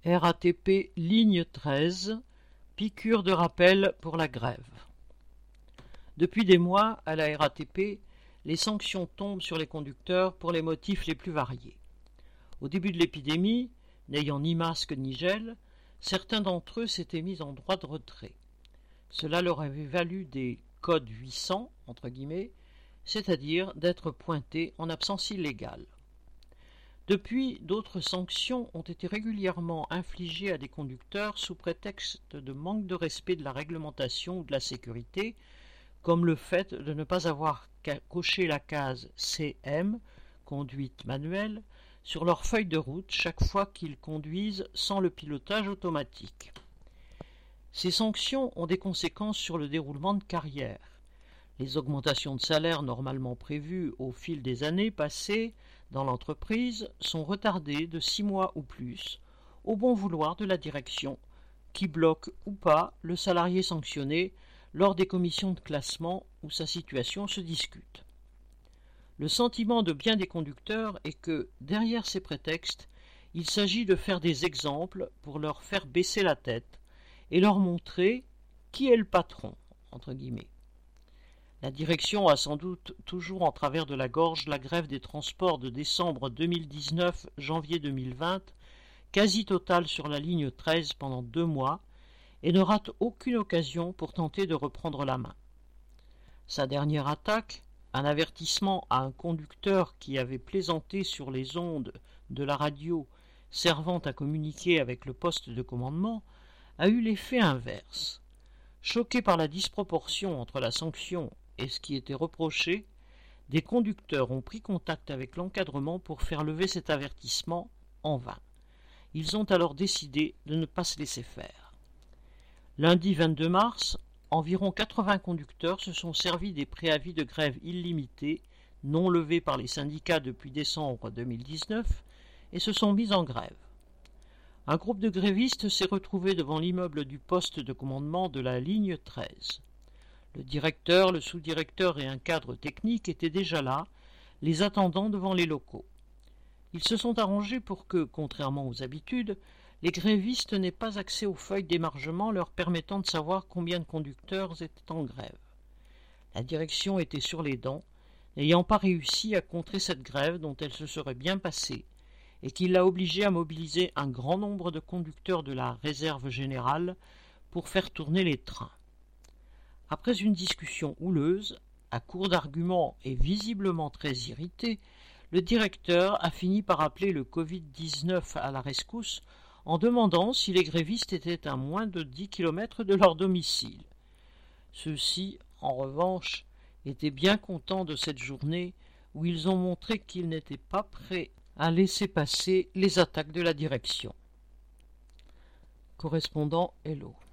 RATP ligne 13, piqûre de rappel pour la grève. Depuis des mois, à la RATP, les sanctions tombent sur les conducteurs pour les motifs les plus variés. Au début de l'épidémie, n'ayant ni masque ni gel, certains d'entre eux s'étaient mis en droit de retrait. Cela leur avait valu des codes 800, entre guillemets, c'est-à-dire d'être pointés en absence illégale. Depuis, d'autres sanctions ont été régulièrement infligées à des conducteurs sous prétexte de manque de respect de la réglementation ou de la sécurité, comme le fait de ne pas avoir coché la case CM, conduite manuelle, sur leur feuille de route chaque fois qu'ils conduisent sans le pilotage automatique. Ces sanctions ont des conséquences sur le déroulement de carrière. Les augmentations de salaire normalement prévues au fil des années passées dans l'entreprise sont retardées de 6 mois ou plus, au bon vouloir de la direction, qui bloque ou pas le salarié sanctionné lors des commissions de classement où sa situation se discute. Le sentiment de bien des conducteurs est que, derrière ces prétextes, il s'agit de faire des exemples pour leur faire baisser la tête et leur montrer qui est le patron, entre guillemets. La direction a sans doute toujours en travers de la gorge la grève des transports de décembre 2019-janvier 2020, quasi totale sur la ligne 13 pendant 2 mois, et ne rate aucune occasion pour tenter de reprendre la main. Sa dernière attaque, un avertissement à un conducteur qui avait plaisanté sur les ondes de la radio servant à communiquer avec le poste de commandement, a eu l'effet inverse. Choqués par la disproportion entre la sanction et ce qui était reproché, des conducteurs ont pris contact avec l'encadrement pour faire lever cet avertissement en vain. Ils ont alors décidé de ne pas se laisser faire. Lundi 22 mars, environ 80 conducteurs se sont servis des préavis de grève illimités, non levés par les syndicats depuis décembre 2019, et se sont mis en grève. Un groupe de grévistes s'est retrouvé devant l'immeuble du poste de commandement de la ligne 13. Le directeur, le sous-directeur et un cadre technique étaient déjà là, les attendant devant les locaux. Ils se sont arrangés pour que, contrairement aux habitudes, les grévistes n'aient pas accès aux feuilles d'émargement leur permettant de savoir combien de conducteurs étaient en grève. La direction était sur les dents, n'ayant pas réussi à contrer cette grève dont elle se serait bien passée, et qui l'a obligé à mobiliser un grand nombre de conducteurs de la réserve générale pour faire tourner les trains. Après une discussion houleuse, à court d'arguments et visiblement très irrité, le directeur a fini par appeler le Covid-19 à la rescousse en demandant si les grévistes étaient à moins de 10 km de leur domicile. Ceux-ci, en revanche, étaient bien contents de cette journée où ils ont montré qu'ils n'étaient pas prêts à laisser passer les attaques de la direction. Correspondant Hello.